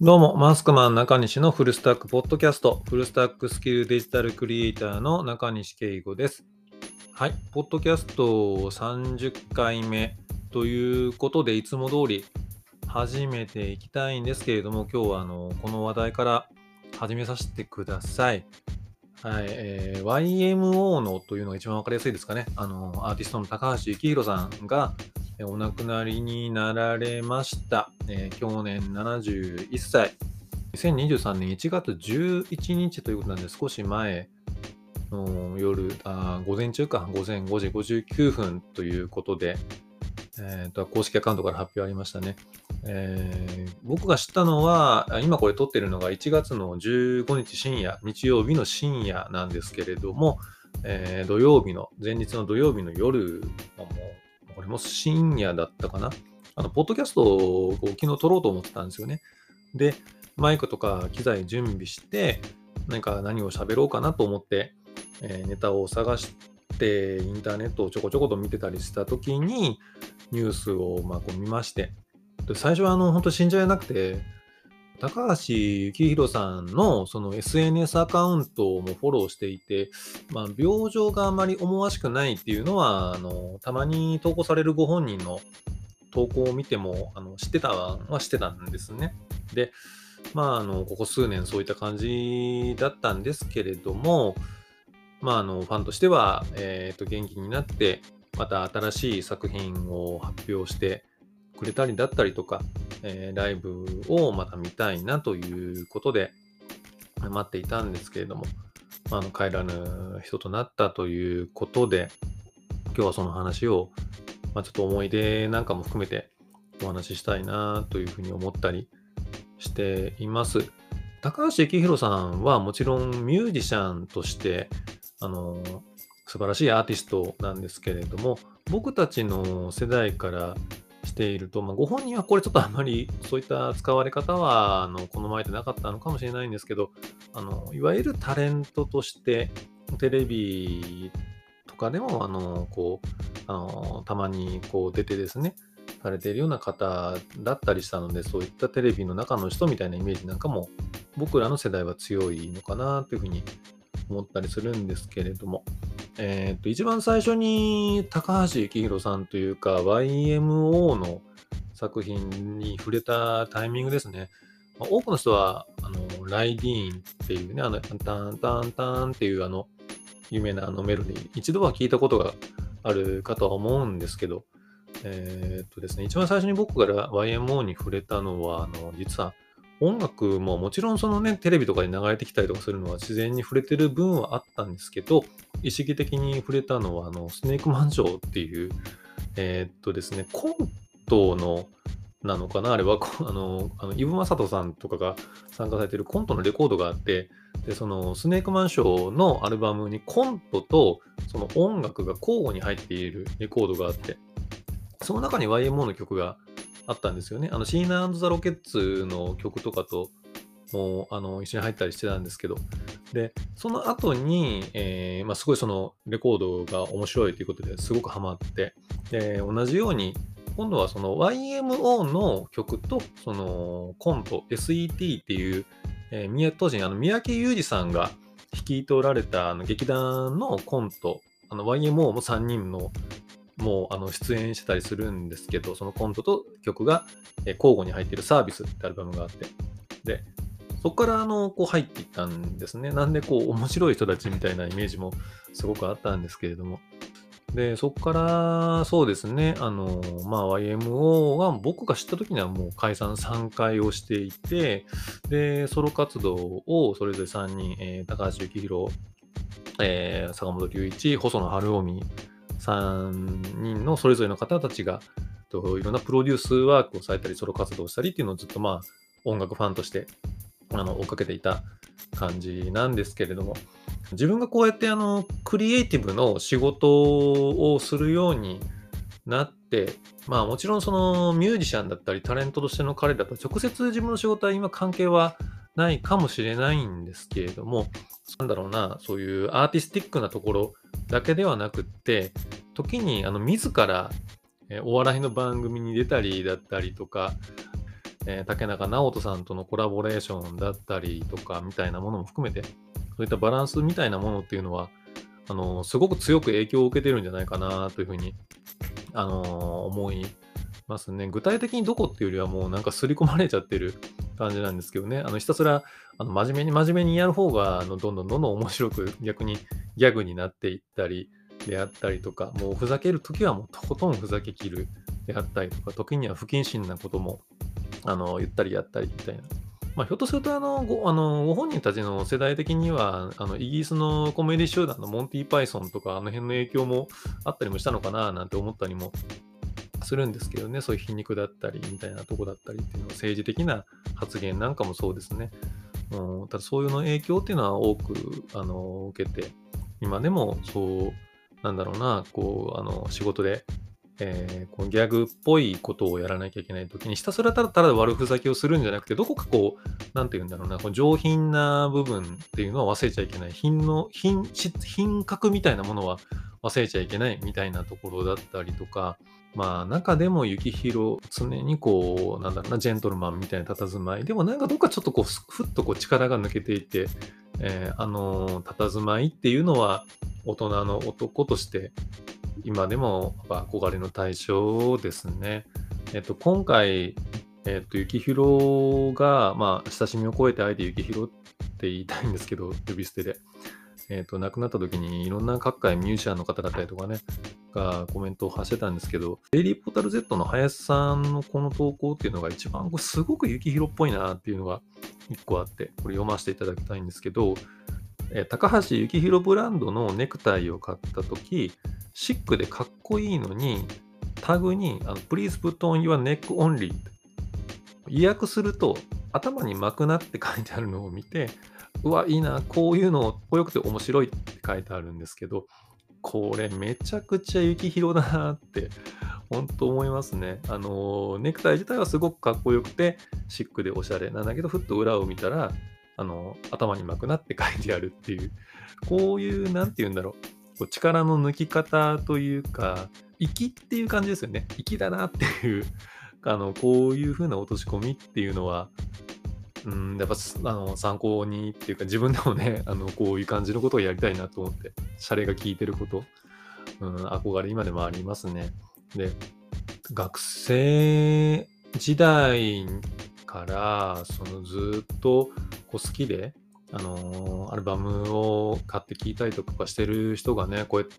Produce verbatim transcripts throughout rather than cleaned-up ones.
どうも、マスクマン中西のフルスタックポッドキャスト、フルスタックスキルデジタルクリエイターの中西圭吾です。はい、ポッドキャストさんじゅっかいめということで、いつも通り始めていきたいんですけれども、今日はあのこの話題から始めさせてください。はい、えー ワイエムオー のというのが一番わかりやすいですかね。あの、アーティストの高橋幸宏さんがえーお亡くなりになられました。えー去年ななじゅういっさい。にせんにじゅうさんねんいちがつじゅういちにちということなんで、少し前の夜、あー午前中か、午前ごじごじゅうきゅうふんということで、えーと、公式アカウントから発表ありましたね。えー僕が知ったのは、あ今これ撮ってるのがいちがつのじゅうごにち深夜、日曜日の深夜なんですけれども、えー土曜日の、前日の土曜日の夜、まあもう、これも深夜だったかな。あの、ポッドキャストを昨日撮ろうと思ってたんですよね。で、マイクとか機材準備して、何か何を喋ろうかなと思って、えーネタを探して、インターネットをちょこちょこと見てたりした時に、ニュースをまあこう見まして、で最初はあの本当信じられなくて、高橋幸宏さんのその エスエヌエス アカウントもフォローしていて、まあ、病状があまり思わしくないっていうのは、あのたまに投稿されるご本人の投稿を見てもあの知ってたは知ってたんですね。で、まあ、あのここ数年そういった感じだったんですけれども、まあ、あのファンとしては、えーと元気になって、また新しい作品を発表してくれたりだったりとか、えーライブをまた見たいなということで待っていたんですけれども、まあ、あの帰らぬ人となったということで、今日はその話を、まあ、ちょっと思い出なんかも含めてお話ししたいなというふうに思ったりしています。高橋幸宏さんはもちろんミュージシャンとして、あの、素晴らしいアーティストなんですけれども、僕たちの世代からしていると、まあ、ご本人はこれちょっとあまりそういった使われ方はあの好まれてなかったのかもしれないんですけど、あのいわゆるタレントとしてテレビとかでもあのこうあのたまにこう出てですね、されているような方だったりしたので、そういったテレビの中の人みたいなイメージなんかも僕らの世代は強いのかなというふうに思ったりするんですけれども、えっと、一番最初に高橋幸宏さんというか ワイエムオー の作品に触れたタイミングですね。まあ、多くの人は、あの、ライディーンっていうね、あの、タンタンタンっていうあの、有名なあのメロディー、一度は聞いたことがあるかとは思うんですけど、えーっとですね、一番最初に僕が ワイエムオー に触れたのは、あの、実は音楽ももちろんそのね、テレビとかに流れてきたりとかするのは自然に触れてる分はあったんですけど、意識的に触れたのは、あの、スネークマンショーっていう、えーっとですね、コントの、なのかなあれは、こあの、あの、イブ・マサトさんとかが参加されてるコントのレコードがあって、で、その、スネークマンショーのアルバムにコントとその音楽が交互に入っているレコードがあって、その中に ワイエムオー の曲があったんですよね。あの、シーナ&ザ・ロケッツの曲とかともあの一緒に入ったりしてたんですけど、で、その後に、えーまあ、すごいそのレコードが面白いということですごくハマって、で、同じように、今度はその ワイエムオー の曲と、そのコント、エスイーティー っていう、えー、宮当時にあの三宅裕司さんが率い取られたあの劇団のコント、あの ワイエムオー もさんにんのもうあの出演してたりするんですけど、そのコントと曲がえー交互に入っているサービスってアルバムがあって、で、そこからあのこう入っていったんですね。なんでこう面白い人たちみたいなイメージもすごくあったんですけれども。で、そこからそうですね、あの、まあ、ワイエムオー は僕が知った時にはもう解散さんかいをしていて、で、ソロ活動をそれぞれさんにん、えー高橋幸宏、えー坂本龍一、細野晴臣さんにんのそれぞれの方たちが、といろんなプロデュースワークをされたり、ソロ活動をしたりっていうのをずっとまあ、音楽ファンとしてあの追っかけていた感じなんですけれども、自分がこうやってあのクリエイティブの仕事をするようになって、まあもちろんそのミュージシャンだったりタレントとしての彼らと直接自分の仕事は今関係はないかもしれないんですけれども、なんだろうな、そういうアーティスティックなところだけではなくって、時にあの自らえお笑いの番組に出たりだったりとか、 えー竹中直人さんとのコラボレーションだったりとかみたいなものも含めて、そういったバランスみたいなものっていうのは、あの、すごく強く影響を受けてるんじゃないかなというふうに、あの、思いますね。具体的にどこっていうよりはもうなんか刷り込まれちゃってる感じなんですけどね。あの、ひたすら、あの、真面目に真面目にやる方が、あの、どんどんどんどん面白く、逆にギャグになっていったりであったりとか、もうふざけるときはもうとことんふざけきるであったりとか、時には不謹慎なことも、あの、言ったりやったりみたいな。まあ、ひょっとすると、あの、ごあの、ご本人たちの世代的には、あの、イギリスのコメディ集団のモンティ・パイソンとか、あの辺の影響もあったりもしたのかななんて思ったりもするんですけどね。そういう皮肉だったりみたいなとこだったりっていうのは、政治的な発言なんかもそうですね。うん、ただそういうの影響っていうのは多く、あの、受けて、今でもそう、なんだろうな、こう、あの、仕事でえーこのギャグっぽいことをやらなきゃいけないときに、ひたすらただただ悪ふざけをするんじゃなくて、どこかこう、なんて言うんだろうな、この上品な部分っていうのは忘れちゃいけない。品の、品質、品格みたいなものは忘れちゃいけないみたいなところだったりとか、まあ中でも幸宏、常にこう、なんだろうな、ジェントルマンみたいな佇まい。でもなんかどっかちょっとこう、ふっとこう力が抜けていて、えーあの佇まいっていうのは大人の男として今でもやっぱ憧れの対象ですね。えっと、今回、えっと、幸宏が、まあ、親しみを超えてあえて幸宏って言いたいんですけど、呼び捨てで。えっと、亡くなった時にいろんな各界ミュージシャンの方だったりとかね、がコメントを発してたんですけど、デイリーポータル Z の林さんのこの投稿っていうのが一番これすごく幸宏っぽいなっていうのが一個あって、これ読ませていただきたいんですけど、えー高橋幸宏ブランドのネクタイを買ったとき、シックでかっこいいのに、タグに、あの Please put on your neck only 意訳すると、頭に巻くなって書いてあるのを見て、うわ、いいな、こういうのかっこよくて面白いって書いてあるんですけど、これめちゃくちゃ幸宏だなって、本当思いますね。あの、ネクタイ自体はすごくかっこよくて、シックでおしゃれなんだけど、ふっと裏を見たら、あの、頭に巻くなって書いてあるっていう、こういう、なんて言うんだろう、こう力の抜き方というか、粋っていう感じですよね。粋だなっていう、あの、こういう風な落とし込みっていうのは、うん、やっぱすあの、参考にっていうか、自分でもね、あの、こういう感じのことをやりたいなと思って、シャレが効いてること、うん、憧れ今でもありますね。で、学生時代からそのずっとこう好きで、あのーアルバムを買って聴いたりとかしてる人がね、こうやって、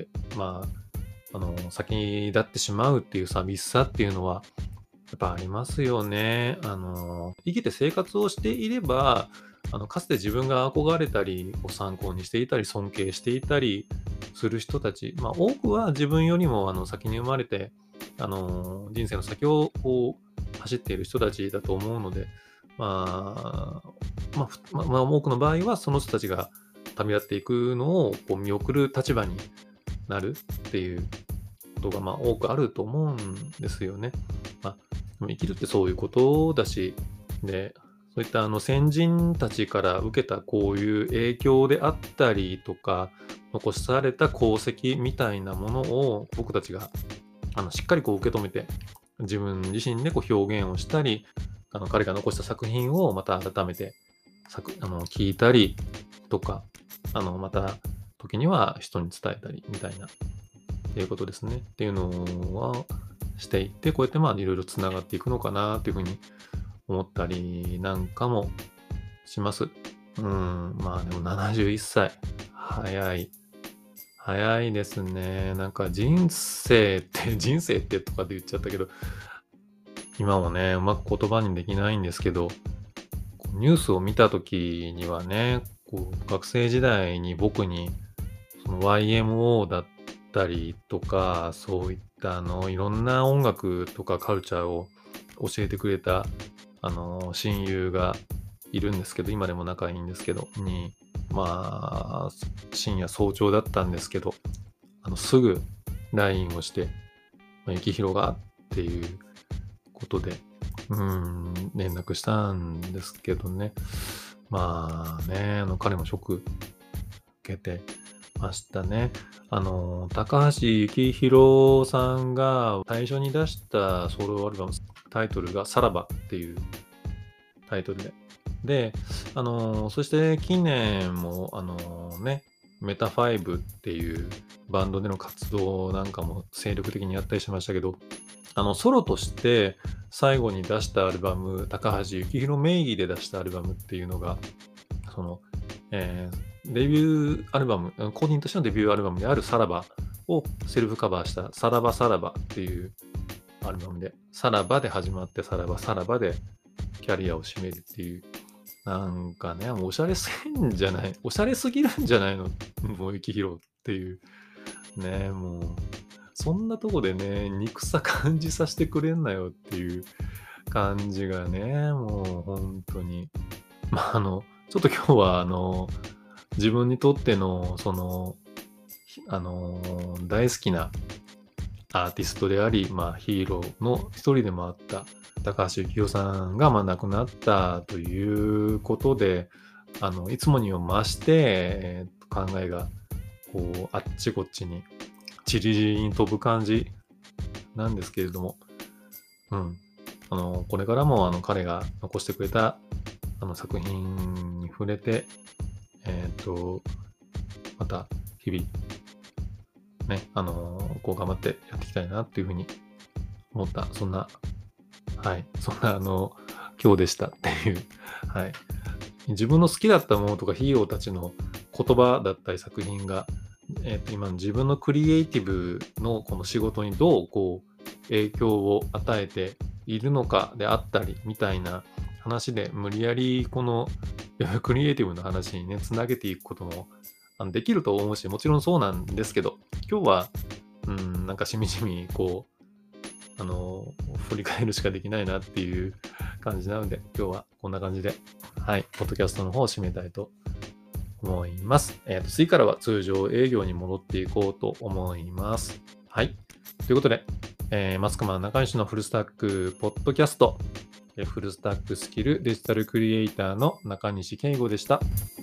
まあ、あのー先立ってしまうっていう寂しさっていうのは、やっぱありますよね。あのー生きて生活をしていれば、あの、かつて自分が憧れたり、こう参考にしていたり、尊敬していたりする人たち、まあ、多くは自分よりもあの先に生まれて、あのー人生の先をこう走っている人たちだと思うので、まあ、まあ、ふまあ、まあ多くの場合はその人たちが旅立っていくのをこう見送る立場になるっていうことがまあ多くあると思うんですよね。まあ、でも生きるってそういうことだし、で、そういったあの先人たちから受けたこういう影響であったりとか、残された功績みたいなものを僕たちがあのしっかりこう受け止めて、自分自身でこう表現をしたり、あの彼が残した作品をまた改めて作あの聞いたりとか、あのまた時には人に伝えたりみたいなっていうことですね。っていうのはしていって、こうやってまあいろいろつながっていくのかなっていうふうに思ったりなんかもします。うん、まあでもななじゅういっさい。早い。早いですね。なんか人生って人生ってとかで言っちゃったけど、今もね、うまく言葉にできないんですけど、こうニュースを見た時にはね、こう学生時代に僕にその ワイエムオー だったりとか、そういったあの、いろんな音楽とかカルチャーを教えてくれた、あの、親友がいるんですけど、今でも仲いいんですけど、に、まあ、深夜早朝だったんですけど、あの、すぐ ライン をして、まあ、幸宏がっていうことで、うん、連絡したんですけどね。まあね、あの、彼もショック受けて、 ましたね。あの、高橋幸宏さんが最初に出したソロアルバム、タイトルがさらばっていうタイトルで。で、あの、そして近年も、あのね、メタファイブっていうバンドでの活動なんかも精力的にやったりしましたけど、あの、ソロとして最後に出したアルバム、高橋幸宏名義で出したアルバムっていうのが、その、えーデビューアルバム、うん個人としてのデビューアルバムであるさらばをセルフカバーしたさらばさらばっていうアルバムで、さらばで始まってさらばさらばでキャリアを締めるっていう、なんかね、もうおしゃれすぎんじゃない、おしゃれすぎるんじゃないの、もう幸宏っていう。ね、もう、そんなとこでね、憎さ感じさせてくれんなよっていう感じがね、もう本当に。まあ、あの、ちょっと今日はあの、自分にとってのその、ひあの、大好きなアーティストであり、まあ、ヒーローの一人でもあった高橋幸宏さんが、まあ、亡くなったということで、あの、いつもにも増して、えー考えが、こう、あっちこっちに、散りに飛ぶ感じなんですけれども、うん。あの、これからも、あの、彼が残してくれた、あの、作品に触れて、えっと、また、日々、ね、あの、こう頑張ってやっていきたいなっていうふうに思った、そんな、はい、そんな、あの、今日でしたっていう、はい。自分の好きだったものとかヒーローたちの言葉だったり作品が、えっと、今の自分のクリエイティブのこの仕事にどう、こう、影響を与えているのかであったり、みたいな話で、無理やりこの、いやクリエイティブの話にね、つなげていくこともあのできると思うし、もちろんそうなんですけど、今日は、うん、なんかしみじみ、こう、あの、振り返るしかできないなっていう感じなので、今日はこんな感じで、はい、ポッドキャストの方を締めたいと思います。えっ、と、次からは通常営業に戻っていこうと思います。はい。ということで、えーマスクマン中西のフルスタックポッドキャスト、えーフルスタックスキルデジタルクリエイターの中西圭吾でした。